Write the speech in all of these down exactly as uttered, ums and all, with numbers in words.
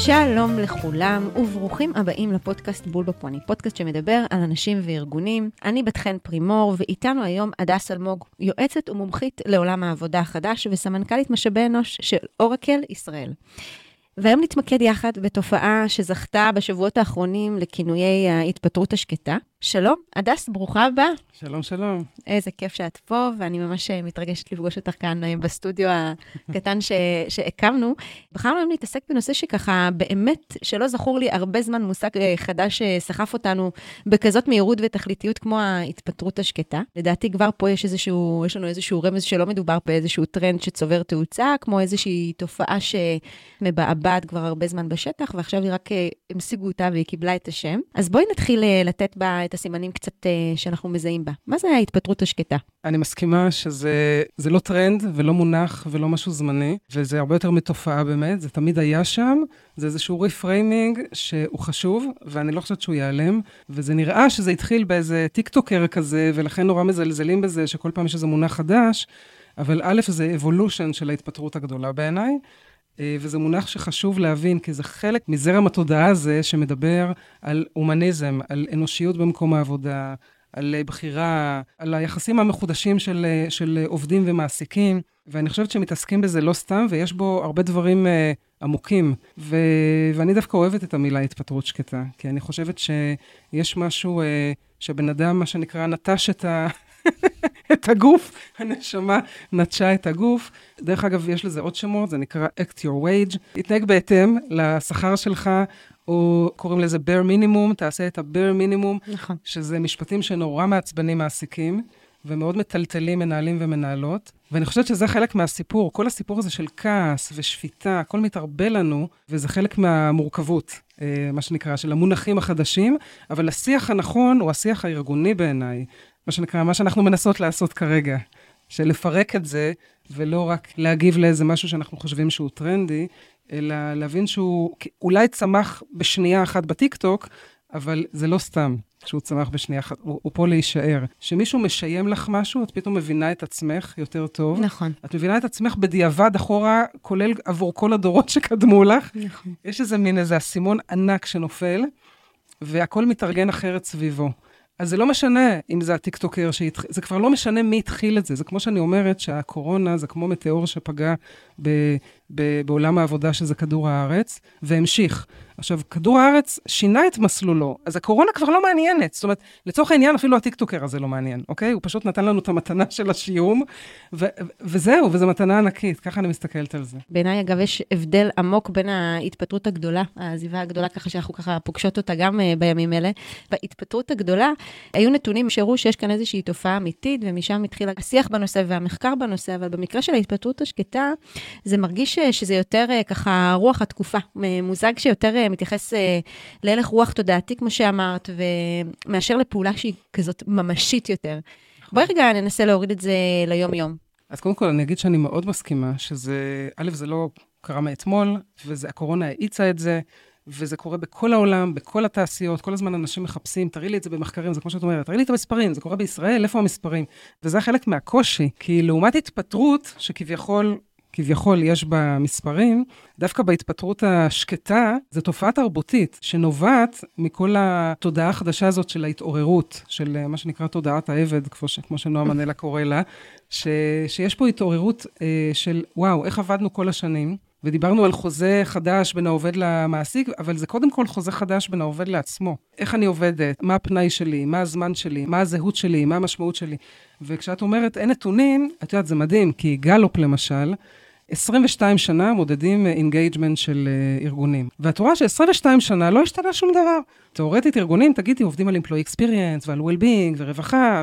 שלום לכולם וברוכים הבאים לפודקאסט בול בפוני, פודקאסט שמדבר על אנשים וארגונים. אני בת חן פרימור ואיתנו היום הדס אלמוג, יועצת ומומחית לעולם העבודה החדש וסמנכ"לית משאבי אנוש של אורקל ישראל. והיום נתמקד יחד בתופעה שזכתה בשבועות האחרונים לכינויי ההתפטרות השקטה. שלום, הדס, ברוכה הבאה. שלום, שלום. איזה כיף שאת פה, ואני ממש מתרגשת לפגוש אותך כאן בסטודיו הקטן ש... שהקמנו. בחרנו היום להתעסק בנושא שככה באמת שלא זכור לי הרבה זמן מושג חדש שסחף אותנו בכזאת מהירות ותכליתיות כמו ההתפטרות השקטה. לדעתי כבר פה יש איזשהו, יש לנו איזשהו רמז שלא מדובר פה איזשהו טרנד שצובר תאוצה, כמו איזושהי תופעה שמבעבעת כבר הרבה זמן בשטח, ועכשיו היא רק המשיגו אותה והיא קיבלה את השם. אז בואי נתחיל לתת בה את הסימנים קצת שאנחנו מזהים בה. מה זה ההתפטרות השקטה? אני מסכימה שזה זה לא טרנד ולא מונח ולא משהו זמני, וזה הרבה יותר מתופעה באמת, זה תמיד היה שם, זה איזשהו ריפריימינג שהוא חשוב, ואני לא חושבת שהוא ייעלם, וזה נראה שזה התחיל באיזה טיקטוקר כזה, ולכן נורא מזלזלים בזה שכל פעם יש איזה מונח חדש, אבל א' זה אבולושן של ההתפטרות הגדולה בעיניי, וזה מונח שחשוב להבין, כי זה חלק מזרם התודעה הזה שמדבר על הומניזם, על אנושיות במקום העבודה, על בחירה, על היחסים המחודשים של, של עובדים ומעסיקים, ואני חושבת שמתעסקים בזה לא סתם, ויש בו הרבה דברים uh, עמוקים, ו, ואני דווקא אוהבת את המילה התפטרות שקטה, כי אני חושבת שיש משהו uh, שבן אדם, מה שנקרא, נטש את ה... את הגוף, הנשמה נטשה את הגוף. דרך אגב, יש לזה עוד שמות, זה נקרא act your wage. התנהג בהתאם לשכר שלך, או קוראים לזה bare minimum, תעשה את ה-bare minimum, נכון. שזה משפטים שנורא מעצבנים מעסיקים, ומאוד מטלטלים מנהלים ומנהלות. ואני חושבת שזה חלק מהסיפור, כל הסיפור הזה של כעס ושפיטה, הכל מתערבל לנו, וזה חלק מהמורכבות, מה שנקרא, של המונחים החדשים, אבל השיח הנכון הוא השיח הארגוני בעיניי, מה שנקרא, מה שאנחנו מנסות לעשות כרגע, של לפרק את זה, ולא רק להגיב לאיזה משהו שאנחנו חושבים שהוא טרנדי, אלא להבין שהוא אולי צמח בשנייה אחת בטיקטוק, אבל זה לא סתם שהוא צמח בשנייה אחת, הוא, הוא פה להישאר. שמישהו משיים לך משהו, את פתאום מבינה את עצמך יותר טוב. נכון. את מבינה את עצמך בדיעבד אחורה, כולל עבור כל הדורות שקדמו לך. נכון. יש איזה מין איזה אסימון ענק שנופל, והכל מתארגן אחרת סביבו. אז זה לא משנה אם זה הטיקטוקר שהתחיל, זה כבר לא משנה מי התחיל את זה. זה כמו שאני אומרת שהקורונה זה כמו מטאור שפגע ב, ב, בעולם העבודה שזה כדור הארץ, והמשיך. עכשיו, כדור הארץ שינה את מסלולו, אז הקורונה כבר לא מעניינת. זאת אומרת, לצורך העניין אפילו הטיקטוקר הזה לא מעניין, אוקיי? הוא פשוט נתן לנו את המתנה של השיום, ו- וזהו, וזו מתנה ענקית. ככה אני מסתכלת על זה. בעיניי, אגב, יש הבדל עמוק בין ההתפטרות הגדולה, העזיבה הגדולה, ככה שאנחנו ככה פוגשות אותה גם uh, בימים אלה. בהתפטרות הגדולה, היו נתונים שהראו שיש כאן איזושהי תופעה אמיתית, ומשם התחיל השיח בנושא והמחקר בנושא, אבל במקרה של ההתפטרות השקטה, זה מרגיש שזה יותר uh, ככה רוח התקופה, מוזג שיותר uh, מתייחס uh, להלך רוח תודעתי, כמו שאמרת, ומאשר לפעולה שהיא כזאת ממשית יותר. בואי רגע ננסה להוריד את זה ליום-יום. אז קודם כל אני אגיד שאני מאוד מסכימה, שזה, א', זה לא קרה מאתמול, והקורונה האיצה את זה, וזה קורה בכל העולם, בכל התעשיות, כל הזמן אנשים מחפשים, תראי לי את זה במחקרים, זה כמו שאת אומרת, תראי לי את המספרים, זה קורה בישראל, איפה המספרים? וזה חלק מהקושי, כי לעומת התפטרות, שכביכול, כביכול יש בה מספרים, דווקא בהתפטרות השקטה, זו תופעה תרבותית, שנובעת מכל התודעה החדשה הזאת של ההתעוררות, של מה שנקרא תודעת העבד, כמו, ש, כמו שנועם מנלה קורא לה, ש, שיש פה התעוררות אה, של, וואו, איך עבדנו כל השנים, ודיברנו על חוזה חדש בין העובד למעסיק, אבל זה קודם כל חוזה חדש בין העובד לעצמו. איך אני עובדת, מה הפנאי שלי, מה הזמן שלי, מה הזהות שלי, מה המשמעות שלי. וכשאת אומרת, אין נתונים, את יודעת, זה מדהים, כי גלופ למשל, עשרים ושתיים שנה מודדים אינגייג'מנט של ארגונים. ואת רואה ש-עשרים ושתיים שנה לא השתנה שום דבר. תיאורטית ארגונים, תגידי, עובדים על employee experience ועל well-being ורווחה,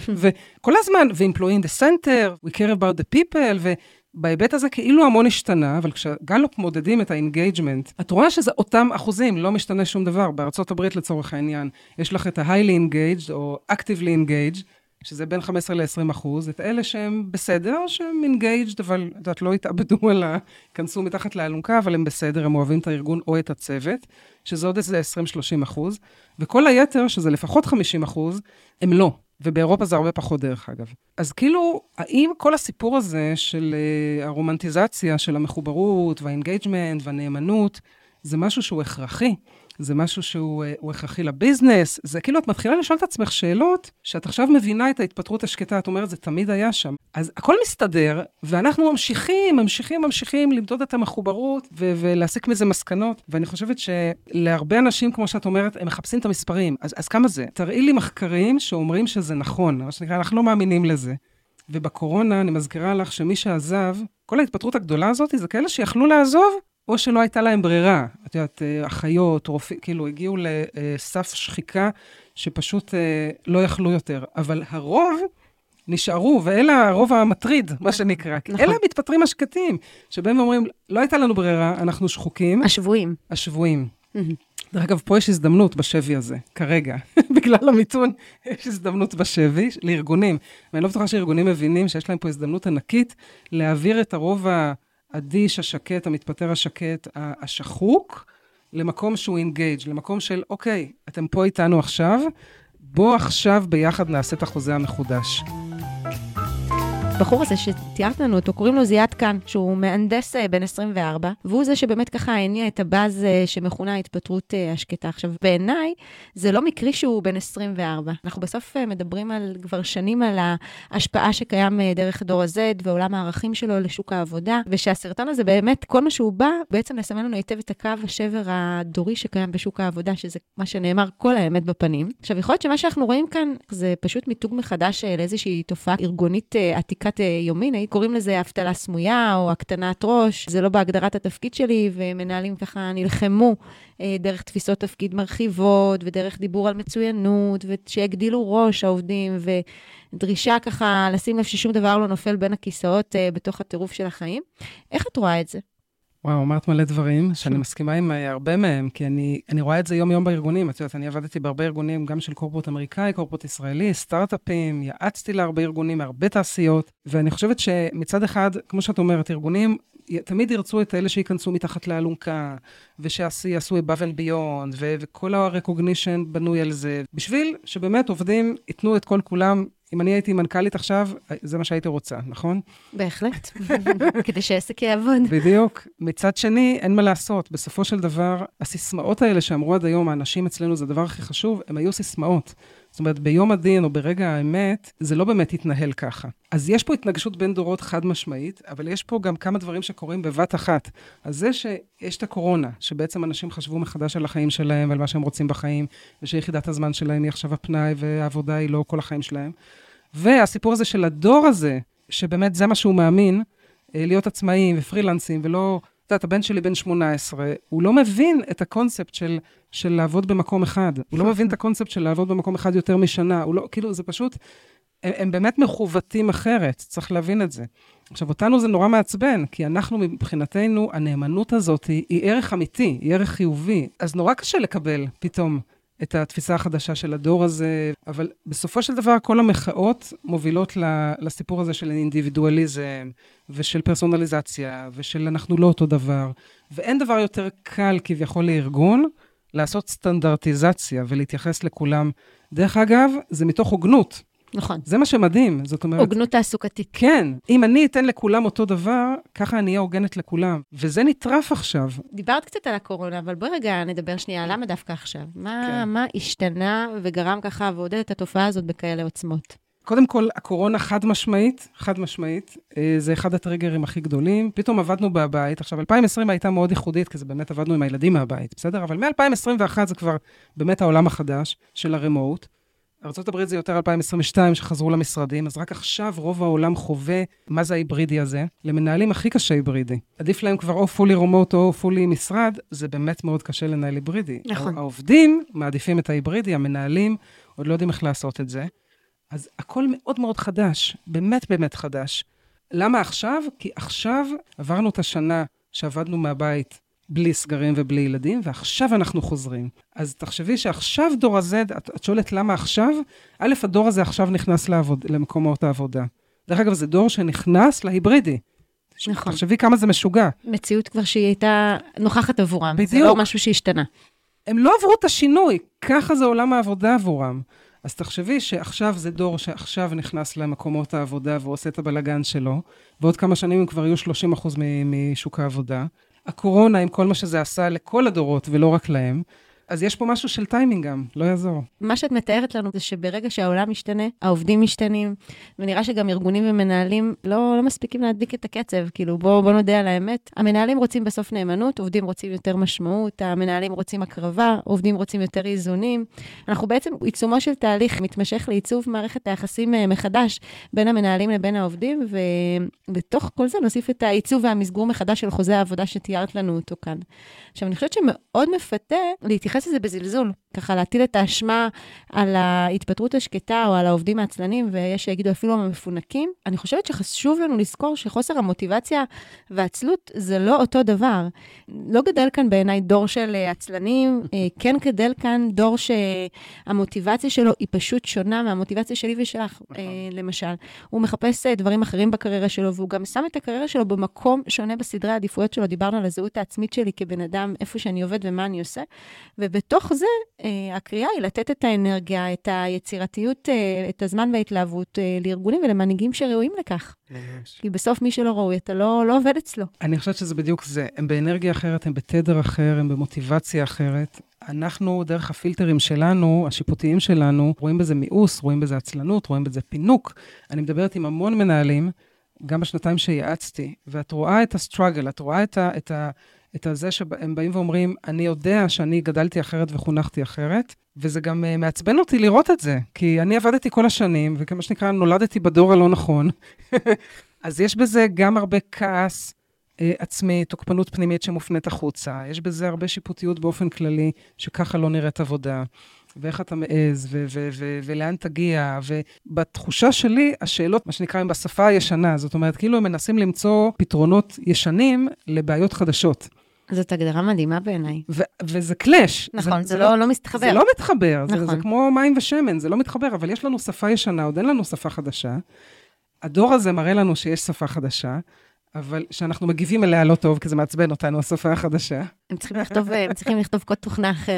וכל הזמן, ו-employee in the center, we care about the people, ובהיבט הזה כאילו המון השתנה, אבל כשגלופ מודדים את האינגייג'מנט, את רואה שזה אותם אחוזים, לא משתנה שום דבר. בארצות הברית לצורך העניין, יש לך את ה-highly engaged או actively engaged, שזה בין חמש עשרה ל-עשרים אחוז, את אלה שהם בסדר, שהם engaged, אבל את לא התאבדו אלא, כנסו מתחת לאלונקה, אבל הם בסדר, הם אוהבים את הארגון או את הצוות, שזה עוד איזה עשרים שלושים אחוז, וכל היתר, שזה לפחות חמישים אחוז, הם לא. ובאירופה זה הרבה פחות דרך אגב. אז כאילו, האם כל הסיפור הזה של uh, הרומנטיזציה של המחוברות והאינגייג'מנט והנאמנות, זה משהו שהוא הכרחי, זה משהו שהוא הכרחי לביזנס, זה כאילו את מתחילה לשאול את עצמך שאלות, שאת עכשיו מבינה את ההתפטרות השקטה, את אומרת, זה תמיד היה שם. אז הכל מסתדר, ואנחנו ממשיכים, ממשיכים, ממשיכים למדוד את המחוברות, ו- ולהסיק מזה מסקנות, ואני חושבת שלהרבה אנשים, כמו שאת אומרת, הם מחפשים את המספרים. אז, אז כמה זה? תראי לי מחקרים שאומרים שזה נכון, מה שנקרא, אנחנו לא מאמינים לזה. ובקורונה, אני מזכירה לך שמי שעזב, כל ההתפטרות הגדולה הזאת, זה כאלה שיכלו לעזוב, או שלא הייתה להם ברירה. את יודעת, אחיות, רופאים, כאילו, הגיעו לסף שחיקה, שפשוט לא יכלו יותר. אבל הרוב נשארו, ואלה הרוב המטריד, מה שנקרא. נכון. אלה המתפטרים השקטים, שבהם אומרים, לא הייתה לנו ברירה, אנחנו שחוקים. השבויים. השבויים. דרך אגב, פה יש הזדמנות בשבי הזה, כרגע. בגלל המיתון, יש הזדמנות בשבי לארגונים. ואני לא בטוחה שארגונים מבינים שיש להם פה הזדמנות ענקית להעביר את הרוב האדיש, השקט, המתפטר השקט, השחוק, למקום שהוא אינגייג', למקום של, אוקיי, אתם פה איתנו עכשיו, בוא עכשיו ביחד נעשה את החוזה המחודש. הבחור הזה שתיארת לנו אותו, קוראים לו זיאד כאן, שהוא מהנדס בן עשרים וארבע, והוא זה שבאמת ככה הניע את הבאז שמכונה התפטרות השקטה. עכשיו, בעיניי, זה לא מקרי שהוא בן עשרים וארבע. אנחנו בסוף מדברים על כבר שנים על ההשפעה שקיים דרך דור ה-Z, ועולם הערכים שלו לשוק העבודה, ושהסרטון הזה באמת, כל מה שהוא בא, בעצם לסמן לנו היטב את הקו השבר הדורי שקיים בשוק העבודה, שזה מה שנאמר כל האמת בפנים. עכשיו, יכול להיות שמה שאנחנו רואים כאן, זה פשוט מיתוג מחדש לאיזושהי תופעה ארגונית עתיקת יומין, היית קוראים לזה אבטלה סמויה או הקטנת ראש, זה לא בהגדרת התפקיד שלי, ומנהלים ככה נלחמו דרך תפיסות תפקיד מרחיבות, ודרך דיבור על מצוינות, ושיגדילו ראש העובדים, ודרישה ככה לשים לב ששום דבר לא נופל בין הכיסאות בתוך הטירוף של החיים. איך את רואה את זה? וואו, אמרת מלא דברים שאני מסכימה עם הרבה מהם, כי אני, אני רואה את זה יום יום בארגונים. את יודעת, אני עבדתי בהרבה ארגונים, גם של קורפורט אמריקאי, קורפורט ישראלי, סטארט-אפים, יעצתי להרבה ארגונים, מהרבה תעשיות, ואני חושבת שמצד אחד, כמו שאת אומרת, ארגונים תמיד ירצו את אלה שיכנסו מתחת לאלונקה, ושעשו above and beyond, ו- וכל ה-recognition בנוי על זה, בשביל שבאמת עובדים ייתנו את כל כולם. אם אני הייתי מנכ"לית עכשיו, זה מה שהייתי רוצה, נכון? בהחלט. כדי שהעסק יעבוד. בדיוק. מצד שני, אין מה לעשות. בסופו של דבר, הסיסמאות האלה שאמרו עד היום, האנשים אצלנו זה הדבר הכי חשוב, הם היו סיסמאות. זאת אומרת, ביום הדין או ברגע האמת, זה לא באמת יתנהל ככה. אז יש פה התנגשות בין דורות חד משמעית, אבל יש פה גם כמה דברים שקורים בבת אחת. אז זה שיש את הקורונה, שבעצם אנשים חשבו מחדש על החיים שלהם, ועל מה שהם רוצים בחיים, ושיחידת הזמן שלהם היא עכשיו הפנאי, והעבודה היא לא כל החיים שלהם. והסיפור הזה של הדור הזה, שבאמת זה מה שהוא מאמין, להיות עצמאים ופרילנסים, ולא, אתה יודע, הבן שלי בן שמונה עשרה, הוא לא מבין את הקונספט של, של לעבוד במקום אחד. הוא לא מבין את הקונספט של לעבוד במקום אחד יותר משנה. הוא לא, כאילו, זה פשוט, הם, הם באמת מחוותים אחרת, צריך להבין את זה. עכשיו, אותנו זה נורא מעצבן, כי אנחנו מבחינתנו, הנאמנות הזאת היא, היא ערך אמיתי, היא ערך חיובי. אז נורא קשה לקבל פתאום את התפיסה החדשה של הדור הזה, אבל בסופו של דבר כל המחאות מובילות לסיפור הזה של אינדיבידואליזם, ושל פרסונליזציה, ושל אנחנו לא אותו דבר, ואין דבר יותר קל כביכול לארגון, לעשות סטנדרטיזציה ולהתייחס לכולם. דרך אגב, זה מתוך הוגנות. נכון. זה מה שמדהים, זאת אומרת... הוגנות תעסוקתית. כן, אם אני אתן לכולם אותו דבר, ככה אני אהיה הוגנת לכולם. וזה נטרף עכשיו. דיברת קצת על הקורונה, אבל בואי רגע נדבר שנייה, למה דווקא עכשיו? מה, כן. מה השתנה וגרם ככה ועודד את התופעה הזאת בכאלה עוצמות? קודם כל, הקורונה חד משמעית, חד משמעית, זה אחד הטריגרים הכי גדולים. פתאום עבדנו בבית, עכשיו אלפיים ועשרים הייתה מאוד ייחודית, כי זה באמת עבדנו עם הילדים מהבית, בסדר? אבל מ-אלפיים עשרים ואחת זה כבר באמת העולם החדש של הרמוט. ארצות הברית זה יותר אלפיים עשרים ושתיים שחזרו למשרדים, אז רק עכשיו רוב העולם חווה מה זה ההיברידי הזה. למנהלים הכי קשה היברידי. עדיף להם כבר או פולי רמוט או פולי משרד, זה באמת מאוד קשה לנהל היברידי. נכון. העובדים מעדיפים את ההיברידי, המנהלים עוד לא יודעים איך לעשות את זה. אז הכל מאוד מאוד חדש, באמת באמת חדש. למה עכשיו? כי עכשיו עברנו את השנה שעבדנו מהבית בלי סגרים ובלי ילדים, ועכשיו אנחנו חוזרים. אז תחשבי שעכשיו דור הזה, את, את שואלת למה עכשיו? א', הדור הזה עכשיו נכנס לעבוד, למקומות העבודה. דרך אגב, זה דור שנכנס להיברידי. נכון. תחשבי כמה זה משוגע. מציאות כבר שהיא הייתה נוכחת עבורם. בדיוק. זה לא משהו שהשתנה. הם לא עברו את השינוי, ככה זה עולם העבודה עבורם. אז תחשבי שעכשיו זה דור שעכשיו נכנס למקומות העבודה ועושה את הבלגן שלו, ועוד כמה שנים הם כבר יהיו שלושים אחוז משוק העבודה. הקורונה עם כל מה שזה עשה לכל הדורות ולא רק להם, אז יש פה משהו של טיימינג גם, לא יעזור. מה שאת מתארת לנו זה שברגע שהעולם משתנה, העובדים משתנים, ונראה שגם ארגונים ומנהלים לא, לא מספיקים להדביק את הקצב, כאילו בוא, בוא נודע על האמת. המנהלים רוצים בסוף נאמנות, עובדים רוצים יותר משמעות, המנהלים רוצים הקרבה, עובדים רוצים יותר איזונים. אנחנו בעצם עיצומו של תהליך מתמשך לעיצוב מערכת היחסים מחדש בין המנהלים לבין העובדים, ובתוך כל זה נוסיף את העיצוב והמסגור מחדש של חוזה העבודה שתיארת לנו אותו כאן. עכשיו, אני חושבת שמאוד מפתה להתייחס לזה בזלזול, ככה להטיל את האשמה על ההתפטרות השקטה או על העובדים העצלנים, ויש שיגידו אפילו המפונקים. אני חושבת שחשוב לנו לזכור שחוסר המוטיבציה והעצלות זה לא אותו דבר. לא גדל כאן בעיניי דור של עצלנים, כן גדל כאן דור שהמוטיבציה שלו היא פשוט שונה מהמוטיבציה שלי ושלך, למשל. הוא מחפש דברים אחרים בקריירה שלו, והוא גם שם את הקריירה שלו במקום שונה בסדרי העדיפויות שלו. דיברנו על הזהות העצמית שלי כבן אדם, איפה שאני עובד ומה אני עושה. ובתוך זה, הקריאה היא לתת את האנרגיה, את היצירתיות, את הזמן וההתלהבות לארגונים ולמנהיגים שראויים לכך. כי בסוף מי שלא ראוי, אתה לא, לא עובד אצלו. אני חושבת שזה בדיוק זה. הם באנרגיה אחרת, הם בתדר אחר, הם במוטיבציה אחרת. אנחנו, דרך הפילטרים שלנו, השיפוטיים שלנו, רואים בזה מיאוס, רואים בזה עצלנות, רואים בזה פינוק. אני מדברת עם המון מנהלים, גם בשנתיים שיעצתי, ואת רואה את הסטרגל, את רואה את ה... את ה את זה שהם באים ואומרים, אני יודע שאני גדלתי אחרת וחונכתי אחרת, וזה גם uh, מעצבן אותי לראות את זה, כי אני עבדתי כל השנים, וכמה שנקרא, נולדתי בדור הלא נכון. אז יש בזה גם הרבה כעס uh, עצמי, תוקפנות פנימית שמופנית החוצה, יש בזה הרבה שיפוטיות באופן כללי, שככה לא נראית עבודה, ואיך אתה מעז, ו- ו- ו- ולאן תגיע, ובתחושה שלי, השאלות, מה שנקרא, הם בשפה הישנה, זאת אומרת, כאילו הם מנסים למצוא פתרונות ישנים לבעיות חדשות. זאת הגדרה מדהימה בעיניי. ו- וזה קלאש. נכון, זה, זה לא, לא מתחבר. זה לא מתחבר, נכון. זה, זה כמו מים ושמן, זה לא מתחבר, אבל יש לנו שפה ישנה, עוד אין לנו שפה חדשה. הדור הזה מראה לנו שיש שפה חדשה, אבל שאנחנו מגיבים אליה לא טוב, כי זה מעצבן אותנו, השפה החדשה. הם צריכים לכתוב, הם צריכים לכתוב קוד תוכנה אחר.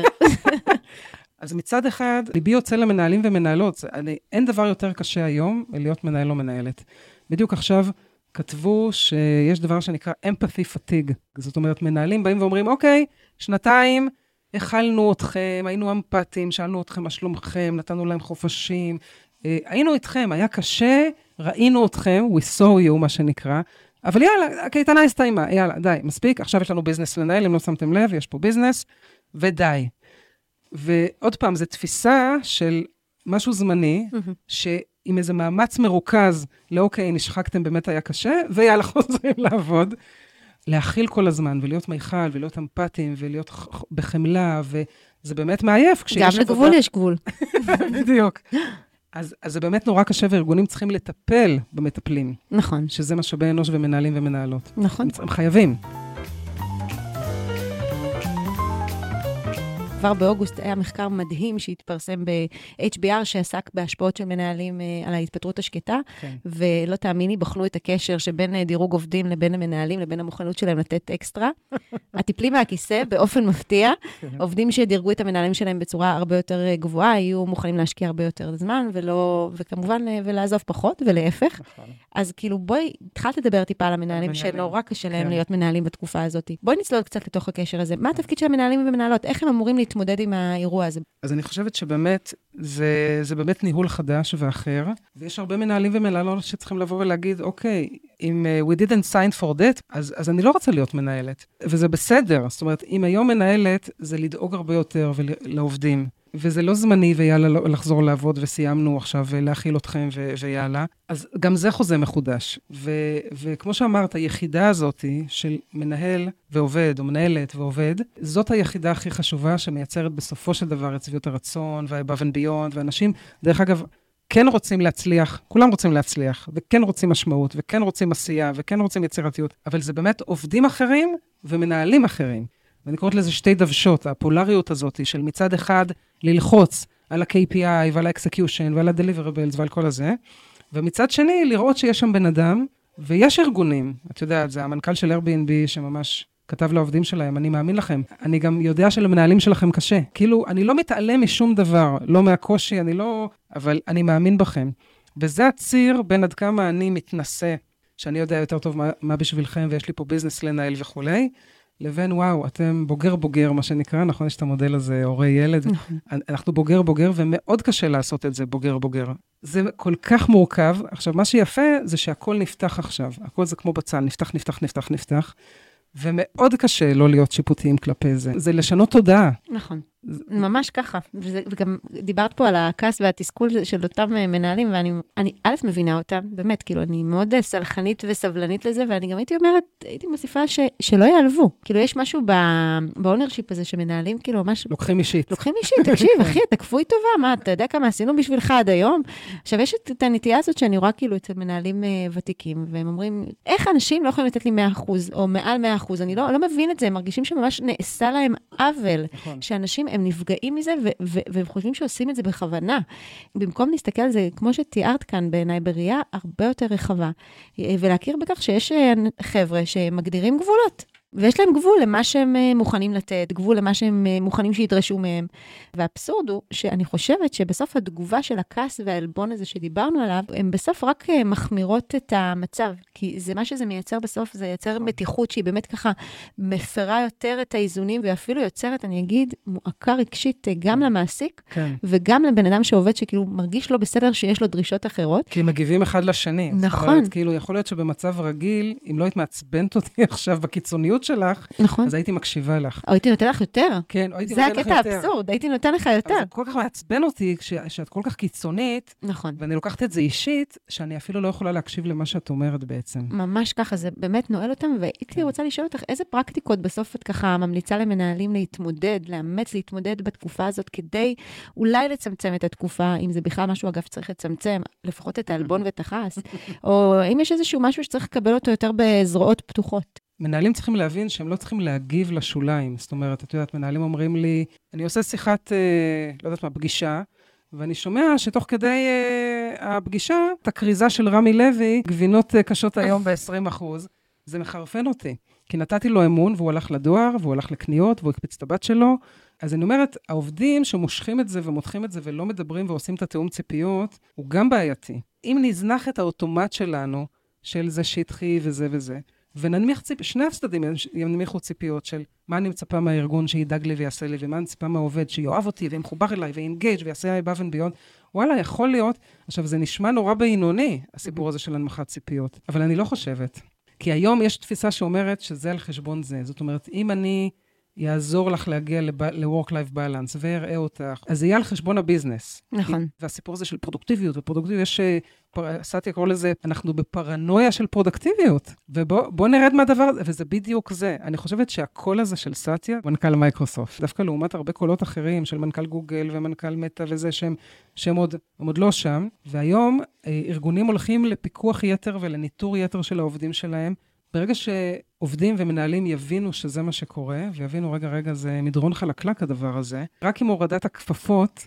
אז מצד אחד, ליבי יוצא למנהלים ומנהלות, אני, אין דבר יותר קשה היום להיות מנהל או מנהלת. בדיוק עכשיו כתבו שיש דבר שנקרא empathy fatigue. זאת אומרת, מנהלים באים ואומרים, אוקיי, שנתיים, הכלנו אתכם, היינו אמפתיים, שאלנו אתכם מה שלומכם, נתנו להם חופשים, היינו איתכם, היה קשה, ראינו אתכם, we saw you, מה שנקרא, אבל יאללה, הקייטנה הסתיימה, יאללה, די, מספיק, עכשיו יש לנו ביזנס לנהל, אם לא שמתם לב, יש פה ביזנס, ודי. ועוד פעם, זו תפיסה של משהו זמני, שעם איזה מאמץ מרוכז, לאוקיי, נשחקתם, באמת היה קשה, ויאללה, חוזרים לעבוד. להכיל כל הזמן, ולהיות מיכל, ולהיות אמפתיים, ולהיות בחמלה, וזה באמת מעייף. גם לגבול יש גבול. בדיוק. אז, אז זה באמת נורא קשה, וארגונים צריכים לטפל במטפלים. נכון. שזה משאבי אנוש ומנהלים ומנהלות. נכון. הם חייבים. כבר באוגוסט היה מחקר מדהים שהתפרסם ב-אייץ' בי אר שעסק בהשפעות של מנהלים על ההתפטרות השקטה, כן. ולא תאמיני, בחנו את הקשר שבין דירוג עובדים לבין המנהלים, לבין המוכנות שלהם לתת אקסטרה. הטיפלים מהכיסא באופן מפתיע, עובדים שדירגו את המנהלים שלהם בצורה הרבה יותר גבוהה, יהיו מוכנים להשקיע הרבה יותר זמן, ולא, וכמובן, ולעזוב פחות, ולהפך. אז כאילו, בואי, התחלת לדבר טיפה על המנהלים, שנורא קשה להם להיות מנהלים בתקופה הזאת. בואי נצלול קצת לתוך הקשר הזה. מה התפקיד של המנהלים ומנהלות? איך הם אמורים להתמודד עם האירוע הזה? אז אני חושבת שבאמת, זה, זה באמת ניהול חדש ואחר, ויש הרבה מנהלים ומנהלות שצריכים לבוא ולהגיד, אוקיי, אם uh, we didn't sign for that, אז, אז אני לא רוצה להיות מנהלת. וזה בסדר. זאת אומרת, אם היום מנהלת, זה לדאוג הרבה יותר לעובדים. וזה לא זמני, ויאללה לחזור לעבוד, וסיימנו עכשיו להכיל אתכם, ו- ויאללה. אז גם זה חוזה מחודש. ו- וכמו שאמרת, היחידה הזאת של מנהל ועובד, או מנהלת ועובד, זאת היחידה הכי חשובה, שמייצרת בסופו של דבר את צביעות הרצון, והabove and beyond, ואנשים, דרך אגב, כן רוצים להצליח, כולם רוצים להצליח, וכן רוצים משמעות, וכן רוצים עשייה, וכן רוצים יצירתיות, אבל זה באמת עובדים אחרים, ומנהלים אחרים. ואני קוראת לזה שתי דוושות, הפולריות הזאת של מצד אחד ללחוץ על ה-קיי פי איי ועל ה-execution ועל ה-deliverables ועל כל הזה, ומצד שני לראות שיש שם בן אדם, ויש ארגונים, את יודעת, זה המנכ"ל של Airbnb שממש כתב לעובדים שלהם, אני מאמין לכם, אני גם יודע שלמנהלים שלכם קשה, כאילו אני לא מתעלם משום דבר, לא מהקושי, אני לא, אבל אני מאמין בכם, וזה הציר בין עד כמה אני מתנסה, שאני יודע יותר טוב מה, מה בשבילכם, ויש לי פה ביזנס לנהל וכולי, לבין וואו, אתם בוגר בוגר, מה שנקרא, נכון? יש את המודל הזה, הורי ילד. אנחנו בוגר בוגר, ומאוד קשה לעשות את זה בוגר בוגר. זה כל כך מורכב. עכשיו, מה שיפה זה שהכל נפתח עכשיו. הכל זה כמו בצל, נפתח, נפתח, נפתח, נפתח. ומאוד קשה לא להיות שיפוטיים כלפי זה. זה לשנות תודעה. נכון. ממש ככה. וזה, וגם דיברת פה על הכעס והתסכול של אותם מנהלים, ואני, אני א' מבינה אותם, באמת, כאילו, אני מאוד סלחנית וסבלנית לזה, ואני גם הייתי אומרת, הייתי מוסיפה ש, שלא יעלבו. כאילו, יש משהו באונרשיפ הזה שמנהלים, כאילו, ממש... לוקחים אישית. לוקחים אישית, תקשיב, אחי, אתה כפוי טובה, מה, אתה יודע כמה עשינו בשבילך עד היום? עכשיו, יש את הנטייה הזאת שאני רואה כאילו אצל מנהלים ותיקים, והם אומרים, איך אנשים לא יכולים לתת לי מאה אחוז, או מעל מאה אחוז? אני לא, לא מבין את זה, הם מרגישים שממש נעשה להם עוול, נכון. שאנשים הם נפגעים מזה, ו- ו- והם חושבים שעושים את זה בכוונה. במקום להסתכל על זה, כמו שתיארת כאן בעיניי, בראייה הרבה יותר רחבה, ולהכיר בכך שיש חבר'ה שמגדירים גבולות, ויש להם גבול למה שהם מוכנים לתת, גבול למה שהם מוכנים שידרשו מהם. והאבסורד הוא שאני חושבת שבסוף התגובה של הכעס והאלבון הזה שדיברנו עליו, הם בסוף רק מחמירות את המצב, כי זה מה שזה מייצר בסוף, זה ייצר מתיחות שהיא באמת ככה מפרה יותר את האיזונים, ואפילו יוצרת, אני אגיד, מועקה רגשית גם למעסיק, כן. וגם לבן אדם שעובד שכאילו מרגיש לו בסדר שיש לו דרישות אחרות. כי הם מגיבים אחד לשני. נכון. אומרת, כאילו, יכול להיות שבמצב רגיל, אם לא היית מעצבנת אותי עכשיו בקיצוניות שלך, נכון. אז הייתי מקשיבה לך. או הייתי נותן לך יותר. כן, או הייתי זה נותן לך יותר. הקטע האבסורד, הייתי נותן לך יותר. אז זה כל כך מעצבן אותי, כש, שאת כל כך קיצונית, נכון. ואני לוקחת את זה אישית, שאני אפילו לא יכולה להקשיב למה שאת אומרת בעצם. ממש ככה, זה באמת נועל אותם, והייתי רוצה לשאול אותך, איזה פרקטיקות בסוף את ככה ממליצה למנהלים להתמודד, לאמץ, להתמודד בתקופה הזאת, כדי אולי לצמצם את התקופה, אם זה בכלל משהו, אגב, צריך לצמצם, לפחות את האלבון ואת הכעס, או אם יש איזשהו משהו שצריך לקבל אותו יותר בזרועות פתוחות. מנהלים צריכים להבין שהם לא צריכים להגיב לשוליים. זאת אומרת, את יודעת, מנהלים אומרים לי, אני עושה שיחת, אה, לא יודעת מה, פגישה, ואני שומע שתוך כדי אה, הפגישה, את הקריזה של רמי לוי, גבינות אה, קשות היום ב-עשרים אחוז, זה מחרפן אותי. כי נתתי לו אמון, והוא הלך לדואר, והוא הלך לקניות, והוא הקפיץ את הבת שלו. אז אני אומרת, העובדים שמושכים את זה ומותחים את זה ולא מדברים ועושים את התאום ציפיות, הוא גם בעייתי. אם נזנח את האוטומט שלנו, של זה שטחי וזה וזה, וננמיך ציפ... שני הצדדים ינמיכו ציפיות של מה אני מצפה מהארגון שידאג לי ויעשה לי, ומה אני מצפה מהעובד שיואב אותי וימחובר אליי וינגייג' ויעשה above and beyond. וואלה, יכול להיות. עכשיו, זה נשמע נורא בעינוני, הסיפור הזה של הנמכת ציפיות. אבל אני לא חושבת. כי היום יש תפיסה שאומרת שזה על חשבון זה. זאת אומרת, אם אני יעזור לך להגיע ל-work-life balance ויראה אותך, אז זה יהיה על חשבון הביזנס. נכון. והסיפור הזה של פרודוקטיביות, ופרודוקטיביות יש, סאטיה קורא לזה, אנחנו בפרנויה של פרודוקטיביות, ובוא נרד מהדבר הזה, וזה בדיוק זה. אני חושבת שהקול הזה של סאטיה, מנכ"ל מייקרוסופט, דווקא לעומת הרבה קולות אחרים, של מנכ"ל גוגל ומנכ"ל מטא וזה, שהם, שהם עוד, הם עוד לא שם, והיום ארגונים הולכים לפיקוח יתר ולניטור יתר של העובדים שלהם, ברגע שעובדים ומנהלים יבינו שזה מה שקורה, ויבינו, רגע, רגע, זה מדרון חלקלק הדבר הזה, רק עם הורדת הכפפות,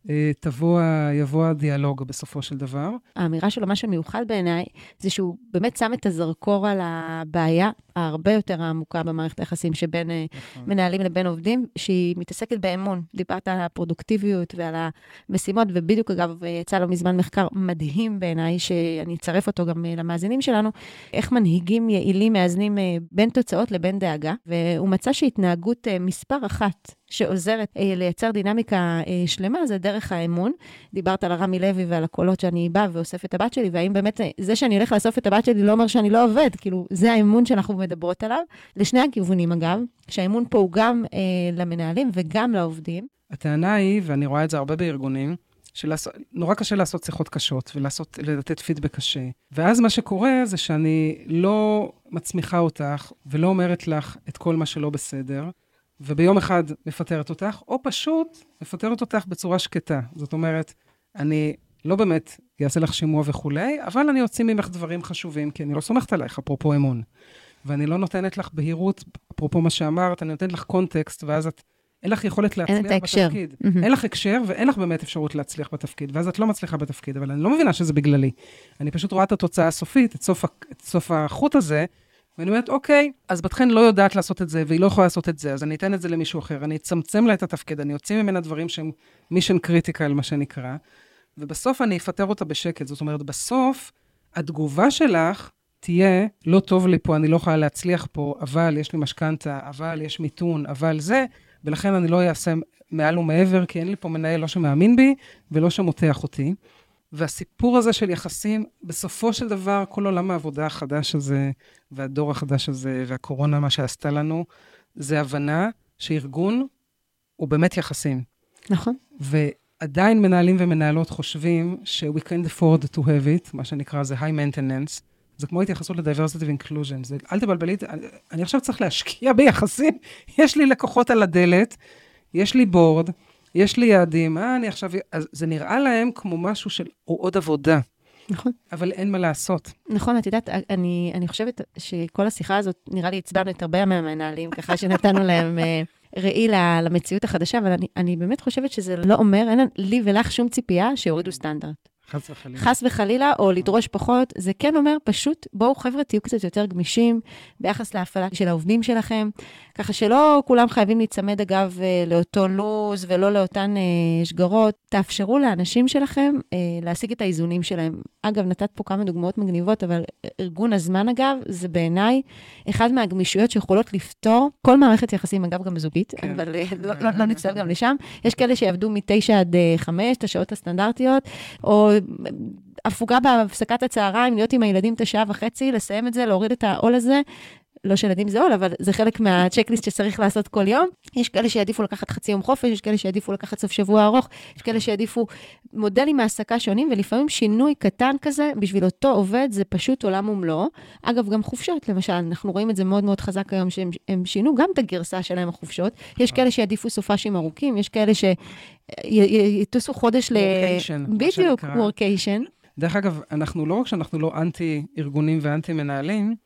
תבוא, יבוא הדיאלוג בסופו של דבר. האמירה שלו, מה שמיוחד בעיניי, זה שהוא באמת שם את הזרקור על הבעיה הרבה יותר העמוקה במערכת היחסים שבין נכון. מנהלים לבין עובדים, שהיא מתעסקת באמון. דיברת על הפרודוקטיביות ועל המשימות, ובדיוק אגב, יצא לו מזמן מחקר מדהים בעיניי, שאני אצרף אותו גם למאזינים שלנו, איך מנהיגים יעילים מאזנים בין תוצאות לבין דאגה, והוא מצא שהתנהגות מספר אחת, שעוזרת אה, לייצר דינמיקה אה, שלמה, זה דרך האמון. דיברת על רמי לוי ועל הקולות שאני באה ואוסף את הבת שלי, והאם באמת זה שאני הולך לאסוף את הבת שלי לא אומר שאני לא עובד, כאילו זה האמון שאנחנו מדברות עליו, לשני הכיוונים אגב, שהאמון פה הוא גם אה, למנהלים וגם לעובדים. הטענה היא, ואני רואה את זה הרבה בארגונים, שנורא קשה לעשות שיחות קשות, ולעשות, לתת פידבק קשה. ואז מה שקורה זה שאני לא מצמיחה אותך, ולא אומרת לך את כל מה שלא בסדר, וביום אחד מפטרת אותך, או פשוט מפטרת אותך בצורה שקטה. זאת אומרת, אני לא באמת אעשה לך שימוע וכולי, אבל אני אוציא ממך דברים חשובים, כי אני לא סומכת עלייך, אפרופו אמון. ואני לא נותנת לך בהירות, אפרופו מה שאמרת, אני נותנת לך קונטקסט, ואז את, אין לך יכולת להצליח בתפקיד. Mm-hmm. אין לך הקשר, ואין לך באמת אפשרות להצליח בתפקיד, ואז את לא מצליחה בתפקיד, אבל אני לא מבינה שזה בגללי. אני פשוט רואה את התוצאה הסופית, את סוף, את סוף החוט הזה, ואני אומרת, אוקיי, אז בתכן לא יודעת לעשות את זה, והיא לא יכולה לעשות את זה, אז אני אתן את זה למישהו אחר, אני אצמצם לה את התפקיד, אני אוציא ממנה דברים שהם מישן קריטיקל, מה שנקרא, ובסוף אני אפטר אותה בשקט. זאת אומרת, בסוף, התגובה שלך תהיה, לא טוב לי פה, אני לא יכולה להצליח פה, אבל יש לי משכנתה, אבל יש מיתון, אבל זה, ולכן אני לא אעשה מעל ומעבר, כי אין לי פה מנהל לא שמאמין בי, ולא שמותח אותי. והסיפור הזה של יחסים, בסופו של דבר, כל עולם העבודה החדש הזה, והדור החדש הזה, והקורונה, מה שעשתה לנו, זה הבנה שארגון הוא באמת יחסים. נכון. ועדיין מנהלים ומנהלות חושבים ש- we can afford to have it, מה שנקרא זה high maintenance, זה כמו התייחסות ל-diversity ו-inclusion. זה, אל תבלבלית, אני, אני עכשיו צריך להשקיע ביחסים, יש לי לקוחות על הדלת, יש לי בורד, יש לי יעדים, אה, אני עכשיו, אז זה נראה להם כמו משהו של עוד עבודה. נכון. אבל אין מה לעשות. נכון, את יודעת, אני, אני חושבת שכל השיחה הזאת, נראה לי הצבענו את הרבה מהמנהלים, ככה שנתנו להם ראי למציאות החדשה, אבל אני, אני באמת חושבת שזה לא אומר, אין לי ולך שום ציפייה שיורידו סטנדרט. חס וחלילה. חס וחלילה, או לדרוש פחות, זה כן אומר פשוט, בואו חבר'ה, תהיו קצת יותר גמישים, ביחס להפעלה של העובדים שלכם, ככה שלא כולם חייבים להצמד אגב לאותו לוז, ולא לאותן אה, שגרות, תאפשרו לאנשים שלכם אה, להשיג את האיזונים שלהם. אגב, נתת פה כמה דוגמאות מגניבות, אבל ארגון הזמן אגב, זה בעיניי אחד מהגמישויות שיכולות לפתור כל מערכת יחסים, אגב גם בזוגית, כן. אבל לא, לא, לא נצטרך גם לשם. יש כאלה שיעבדו מתשע עד חמש, את השעות הסטנדרטיות, או הפוגה בהפסקת הצהריים, להיות עם הילדים את השעה וחצי, לסיים את זה, להוריד את העול הזה, לא שילדים זה עול, אבל זה חלק מהצ'קליסט שצריך לעשות כל יום. יש כאלה שיעדיפו לקחת חצי יום חופש, יש כאלה שיעדיפו לקחת סוף שבוע ארוך, יש כאלה שיעדיפו מודלים מהעסקה שונים, ולפעמים שינוי קטן כזה, בשביל אותו עובד, זה פשוט עולם ומלואו. אגב, גם חופשות, למשל, אנחנו רואים את זה מאוד מאוד חזק היום, שהם שינו גם את הגרסה שלהם החופשות. יש כאלה שיעדיפו סופשים ארוכים, יש כאלה שיטוסו חודש ל... בדיוק, וורקיישן. דרך אגב, אנחנו לא רק שאנחנו לא אנטי ארגונים ואנטי מנהלים,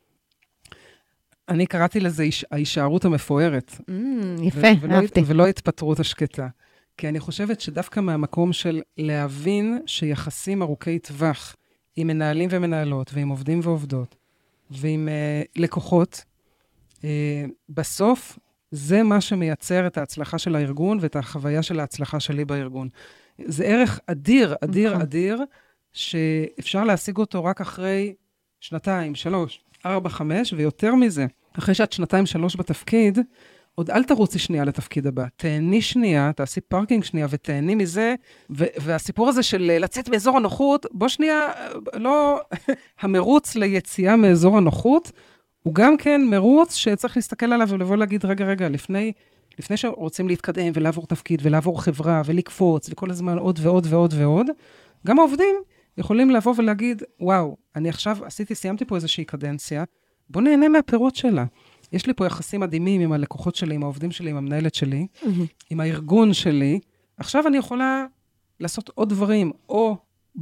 אני קראתי לזה ההישארות המפוארת. Mm, יפה, ולא, אהבתי. ולא התפטרות השקטה. כי אני חושבת שדווקא מהמקום של להבין שיחסים ארוכי טווח עם מנהלים ומנהלות, ועם עובדים ועובדות, ועם uh, לקוחות, uh, בסוף זה מה שמייצר את ההצלחה של הארגון, ואת החוויה של ההצלחה שלי בארגון. זה ערך אדיר, אדיר, נכון. אדיר, שאפשר להשיג אותו רק אחרי שנתיים, שלוש, ארבע, חמש, ויותר מזה. אחרי שאת שנתיים, שלוש בתפקיד, עוד אל תרוצי שנייה לתפקיד הבא. תהני שנייה, תעשי פארקינג שנייה, ותהני מזה, ו- והסיפור הזה של לצאת מאזור הנוחות, בוא שנייה, לא, המרוץ ליציאה מאזור הנוחות, הוא גם כן מרוץ שצריך להסתכל עליו ולבוא להגיד, רגע, רגע, לפני, לפני שרוצים להתקדם ולעבור תפקיד, ולעבור חברה, ולקפוץ, וכל הזמן עוד ועוד ועוד ועוד, גם העובדים יכולים לבוא ולהגיד, וואו, אני עכשיו עשיתי, סיימתי פה איזושהי קדנציה, בוא נהנה מהפירות שלה. יש לי פה יחסים מדהימים עם הלקוחות שלי, עם העובדים שלי, עם המנהלת שלי, mm-hmm. עם הארגון שלי. עכשיו אני יכולה לעשות עוד דברים, או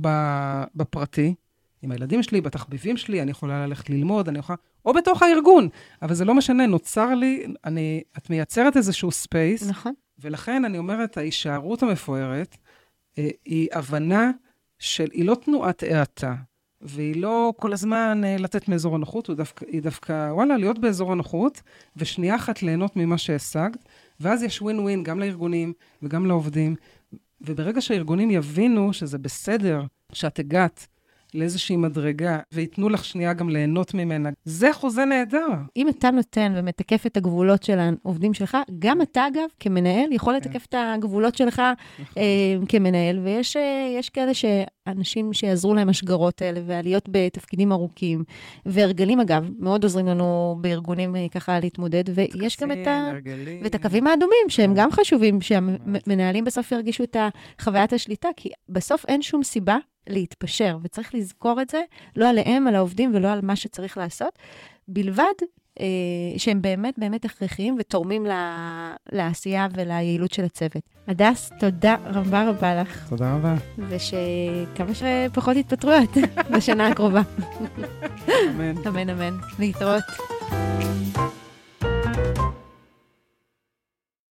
בפרטי, עם הילדים שלי, בתחביבים שלי, אני יכולה ללכת ללמוד, אני יכולה, או בתוך הארגון. אבל זה לא משנה, נוצר לי, אני, את מייצרת איזשהו ספייס, נכון. ולכן אני אומרת, ההישארות המפוארת, היא הבנה של, היא לא תנועת העתה, והיא לא כל הזמן לתת מאזור הנוחות, דווקא, היא דווקא, וואלה, להיות באזור הנוחות, ושנייה אחת ליהנות ממה שהשגת, ואז יש ווין ווין גם לארגונים וגם לעובדים, וברגע שהארגונים יבינו שזה בסדר, שאת הגעת לאיזושהי מדרגה, ויתנו לך שנייה גם ליהנות ממנה, זה חוזה נהדר. אם אתה נותן ומתקף את הגבולות של העובדים שלך, גם אתה אגב, כמנהל, יכול לתקף את הגבולות שלך כמנהל, ויש יש כאלה שאנשים שיעזרו להם השגרות האלה, ועליות בתפקידים ארוכים, והרגלים אגב, מאוד עוזרים לנו בארגונים ככה להתמודד, ויש גם את, ה... ואת הקווים האדומים, שהם גם חשובים, שהמנהלים בסוף ירגישו את חוויית השליטה, כי בסוף אין שום סיבה להתפשר, וצריך לזכור את זה, לא עליהם, על העובדים, ולא על מה שצריך לעשות, בלבד אה, שהם באמת באמת הכרחיים, ותורמים לה, לעשייה וליעילות של הצוות. הדס, תודה רבה רבה לך. תודה רבה. ושכמה שפחות התפטרויות בשנה הקרובה. אמן. אמן, אמן. להתראות.